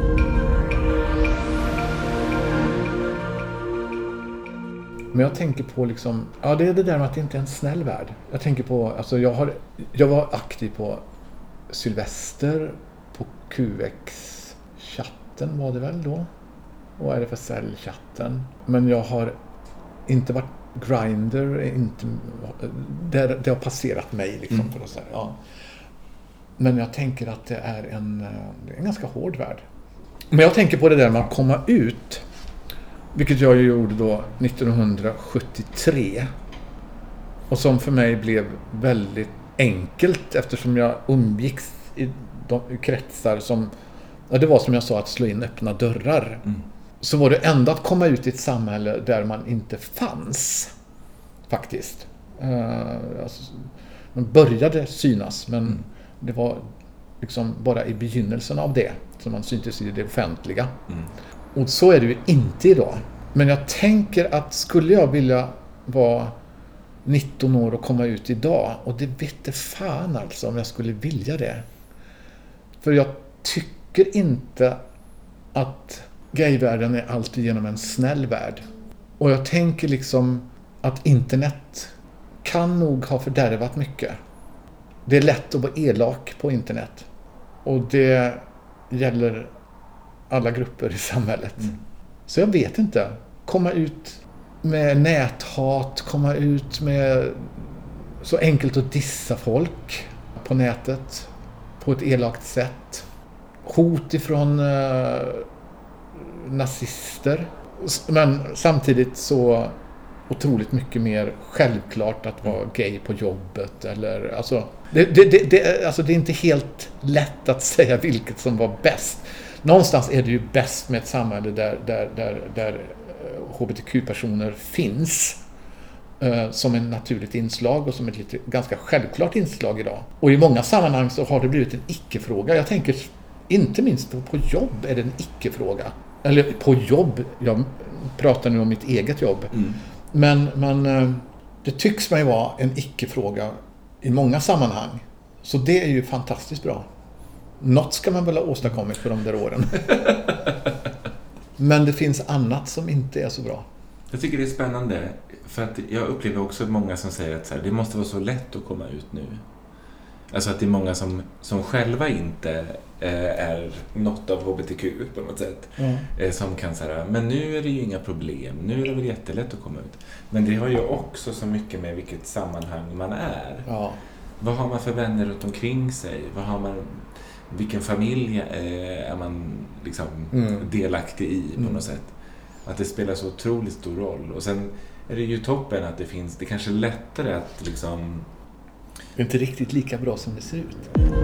Men jag tänker på liksom... Ja, det är det där med att det inte är en snäll värld. Jag tänker på... Alltså jag, har, jag var aktiv på Sylvester, på Q X-chatten var det väl då. Och vad är det för cellchatten? Men jag har inte varit... Grindr är inte... Det, det har passerat mig liksom. Mm. På något sätt. Ja. Men jag tänker att det är en, det är en ganska hård värld. Men jag tänker på det där med att komma ut... Vilket jag gjorde då nittonhundrasjuttiotre. Och som för mig blev väldigt enkelt eftersom jag umgicks i de kretsar som... Ja, det var som jag sa, att slå in öppna dörrar. Mm. Så var det ändå att komma ut i ett samhälle där man inte fanns. Faktiskt. Uh, alltså, de började synas, men Mm. det var liksom bara i begynnelsen av det som man syntes i det offentliga. Mm. Och så är det ju inte idag. Men jag tänker att skulle jag vilja vara nitton år och komma ut idag, och det vete fan alltså om jag skulle vilja det. För jag tycker inte att gayvärlden är alltid genom en snäll värld. Och jag tänker liksom att internet kan nog ha fördärvat mycket. Det är lätt att vara elak på internet. Och det gäller alla grupper i samhället. Mm. Så jag vet inte. Komma ut med näthat, komma ut med så enkelt att dissa folk på nätet på ett elakt sätt. Hot ifrån eh, nazister. Men samtidigt så otroligt mycket mer självklart att vara gay på jobbet. Eller, alltså, det, det, det, det, alltså det är inte helt lätt att säga vilket som var bäst. Någonstans är det ju bäst med ett samhälle där, där, där, där H B T Q-personer finns eh, som en naturligt inslag och som ett lite, ganska självklart inslag idag. Och i många sammanhang så har det blivit en icke-fråga. Jag tänker inte minst på, på jobb är det en icke-fråga. Eller på jobb, jag pratar nu om mitt eget jobb. Mm. Men, men eh, det tycks mig vara en icke-fråga i många sammanhang. Så det är ju fantastiskt bra. Något ska man väl ha åstadkommit för de där åren. Men det finns annat som inte är så bra. Jag tycker det är spännande. För att jag upplever också många som säger att så här, det måste vara så lätt att komma ut nu. Alltså att det är många som, som själva inte eh, är något av H B T Q på något sätt. Mm. Eh, som kan säga, men nu är det ju inga problem. Nu är det väl jättelätt att komma ut. Men det har ju också så mycket med vilket sammanhang man är. Ja. Vad har man för vänner runt omkring sig? Vad har man, vilken familj eh, är man liksom Mm. delaktig i på Mm. något sätt? Att det spelar så otroligt stor roll. Och sen är det ju toppen att det finns, det kanske är lättare att liksom... Det är inte riktigt lika bra som det ser ut.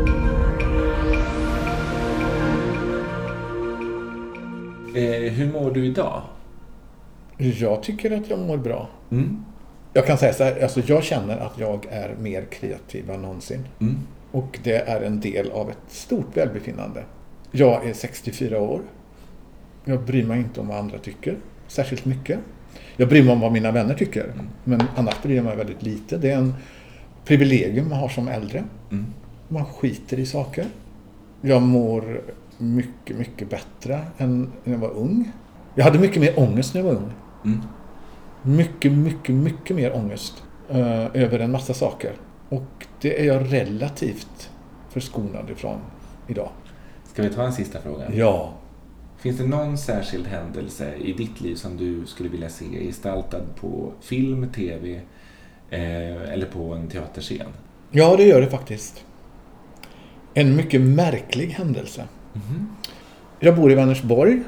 Eh, hur mår du idag? Jag tycker att jag mår bra. Mm. Jag kan säga så här, alltså jag känner att jag är mer kreativ än någonsin. Mm. Och det är en del av ett stort välbefinnande. Jag är sextiofyra år. Jag bryr mig inte om vad andra tycker särskilt mycket. Jag bryr mig om vad mina vänner tycker. Mm. Men annars bryr jag mig väldigt lite. Det är en privilegium man har som äldre. Mm. Man skiter i saker. Jag mår mycket, mycket bättre än när jag var ung. Jag hade mycket mer ångest när jag var ung. Mm. Mycket, mycket, mycket mer ångest eh, över en massa saker. Och det är jag relativt förskonad ifrån idag. Ska vi ta en sista fråga? Ja. Finns det någon särskild händelse i ditt liv som du skulle vilja se gestaltad på film, tv eh, eller på en teaterscen? Ja, det gör det faktiskt. En mycket märklig händelse. Mm-hmm. Jag bor i Vänersborg.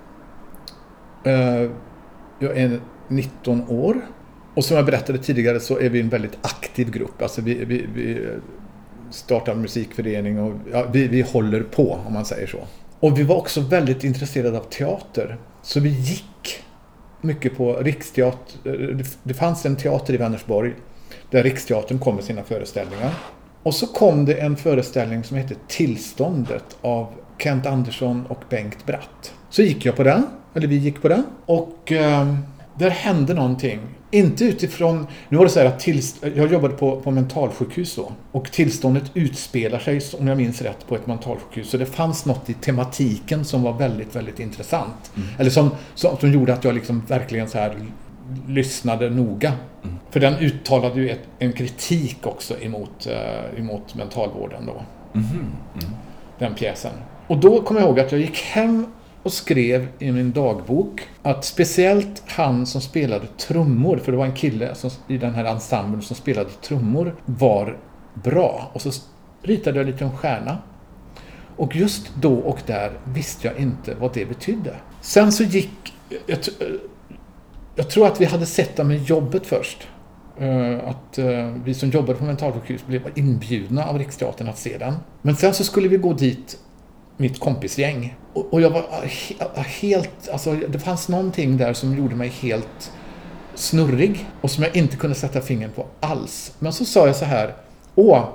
Eh, jag är nitton år. Och som jag berättade tidigare så är vi en väldigt aktiv grupp. Alltså vi, vi, vi startar musikförening och ja, vi, vi håller på, om man säger så. Och vi var också väldigt intresserade av teater. Så vi gick mycket på Riksteater. Det fanns en teater i Vänersborg där Riksteatern kom med sina föreställningar. Och så kom det en föreställning som hette Tillståndet av Kent Andersson och Bengt Bratt. Så gick jag på den, eller vi gick på den. Och eh, där hände någonting. Inte utifrån, nu var det så här att tillst- jag jobbade på, på mentalsjukhus då. Och tillståndet utspelar sig, om jag minns rätt, på ett mentalsjukhus. Så det fanns något i tematiken som var väldigt, väldigt intressant. Mm. Eller som, som, som gjorde att jag liksom verkligen så här lyssnade noga. Mm. För den uttalade ju ett, en kritik också emot, uh, emot mentalvården då. Mm. Mm. Den pjäsen. Och då kom jag ihåg att jag gick hem och skrev i min dagbok att speciellt han som spelade trummor, för det var en kille som, i den här ensemblen som spelade trummor, var bra. Och så ritade jag lite en stjärna. Och just då och där visste jag inte vad det betydde. Sen så gick... Jag, jag tror att vi hade sett det med jobbet först. Att vi som jobbade på mentalsjukhus blev inbjudna av Riksteatern att se den. Men sen så skulle vi gå dit, mitt kompisgäng. Och, och jag var helt... Alltså det fanns någonting där som gjorde mig helt snurrig. Och som jag inte kunde sätta fingern på alls. Men så sa jag så här... åh,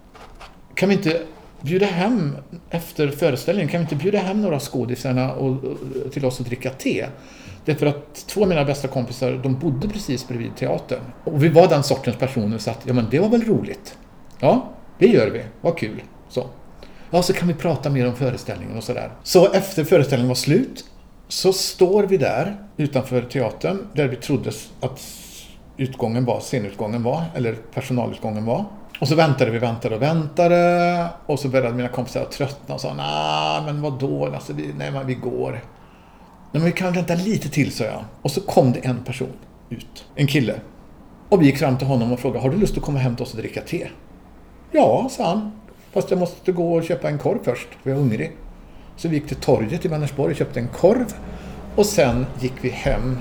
kan vi inte bjuda hem efter föreställningen, kan vi inte bjuda hem några skådisarna och, och, till oss att dricka te? Därför att två av mina bästa kompisar, de bodde precis bredvid teatern. Och vi var den sortens personer så att, ja men det var väl roligt. Ja, det gör vi. Vad kul. Så. Ja, så kan vi prata mer om föreställningen och sådär. Så efter föreställningen var slut så står vi där utanför teatern där vi trodde att utgången var, scenutgången var, eller personalutgången var. Och så väntade vi, väntade och väntade. Och så började mina kompisar att tröttna och sa, nej men vadå, alltså, vi, nej men vi går. Nej men vi kan vänta lite till, sa jag. Och så kom det en person ut, en kille. Och vi gick fram till honom och frågade, har du lust att komma hem till oss och dricka te? Ja, sa han. Fast jag måste gå och köpa en korv först, för jag är hungrig. Så vi gick till torget i Vänersborg och köpte en korv. Och sen gick vi hem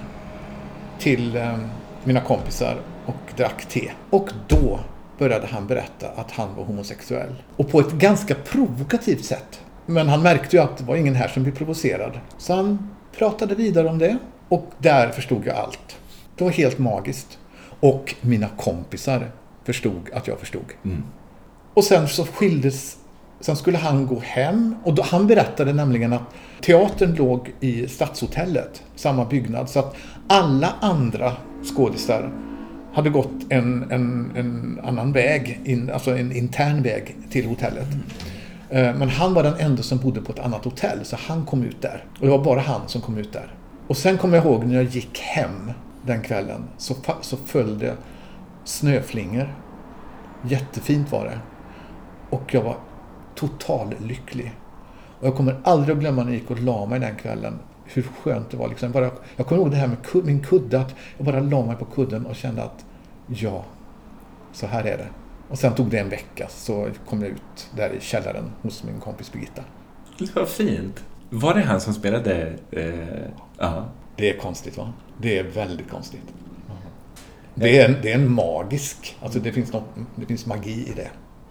till eh, mina kompisar och drack te. Och då började han berätta att han var homosexuell. Och på ett ganska provokativt sätt. Men han märkte ju att det var ingen här som blev provocerad. Så han pratade vidare om det. Och där förstod jag allt. Det var helt magiskt. Och mina kompisar förstod att jag förstod. Mm. Och sen så skildes, sen skulle han gå hem. Och då, han berättade nämligen att teatern låg i Stadshotellet, samma byggnad. Så att alla andra skådisar hade gått en, en, en annan väg, in, alltså en intern väg till hotellet. Mm. Men han var den enda som bodde på ett annat hotell, så han kom ut där. Och det var bara han som kom ut där. Och sen kommer jag ihåg när jag gick hem den kvällen så, så följde snöflingor. Jättefint var det. Och jag var total lycklig. Och jag kommer aldrig att glömma när jag gick och la mig den kvällen. Hur skönt det var. Liksom. Bara, jag kommer ihåg det här med kud, min kudde. Att jag bara la mig på kudden och kände att ja, så här är det. Och sen tog det en vecka så kom jag ut där i källaren hos min kompis Birgitta. Det var fint. Var det han som spelade? Eh, uh-huh. Det är konstigt, va? Det är väldigt konstigt. Uh-huh. Det, är en, det är en magisk, alltså det finns, något, det finns magi i det.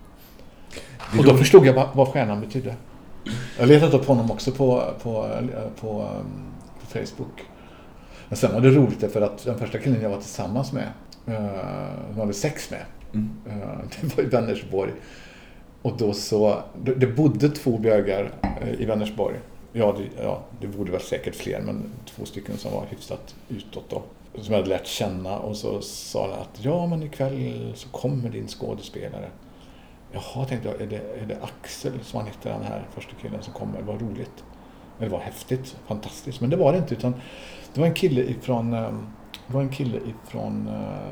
det och då förstod jag vad, vad stjärnan betydde. Jag letade upp honom också på, på, på, på Facebook. Men sen var det roligt för att den första killen jag var tillsammans med, uh, var det sex med. Mm. Uh, det var i Vänersborg. Och då så, det bodde två bögar i Vänersborg. Ja det, ja, det borde väl säkert fler, men två stycken som var hyfsat utåt då. Som jag hade lärt känna, och så sa han att ja, men ikväll så kommer din skådespelare. Jaha, tänkte jag, är det, är det Axel som han heter, den här första killen som kommer? Det var roligt. Det var häftigt, fantastiskt. Men det var det inte, utan det var en kille ifrån, det var en kille ifrån,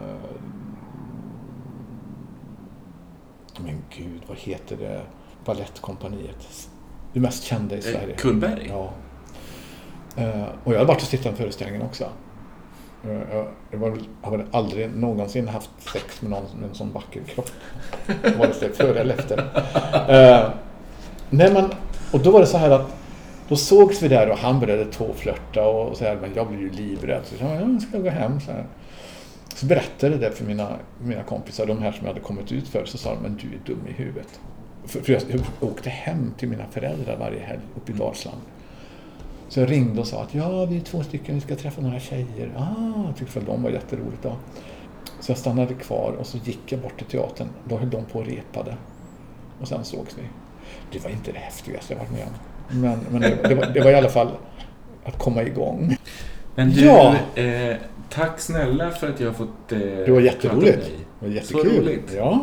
men gud, vad heter det? Ballettkompaniet. Det mest kända i Sverige. Kullberg? Ja. Och jag hade varit och tittat på föreställningen också. Jag var, har väl aldrig någonsin haft sex med någon med en sån vacker kropp. Var det före eller efter? uh, nej men, och då var det så här att då sågs vi där och han började tåflörta och så här, men jag blev ju livrädd. Så jag, jag ska gå hem så här. Så berättade det för mina, mina kompisar, de här som jag hade kommit ut för, så sa de, men du är dum i huvudet. För, för jag, jag åkte hem till mina föräldrar varje helg uppe i Dalsland. Så jag ringde och sa att ja, vi är två stycken, vi ska träffa några tjejer. Ah, jag tyckte för de var jätteroligt då. Så jag stannade kvar och så gick jag bort till teatern. Då höll de på och repade. Och sen sågs vi. Det var inte det häftigaste jag varit med om. Men, men det, det, var, det var i alla fall att komma igång. Men du, ja. eh, tack snälla för att jag har fått eh, det var jätteroligt. Det var jättekul. Så roligt. Ja.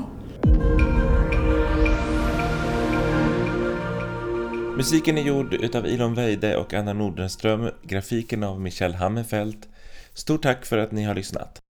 Musiken är gjord utav Ilon Weide och Anna Nordström, grafiken av Michel Hammerfelt. Stort tack för att ni har lyssnat.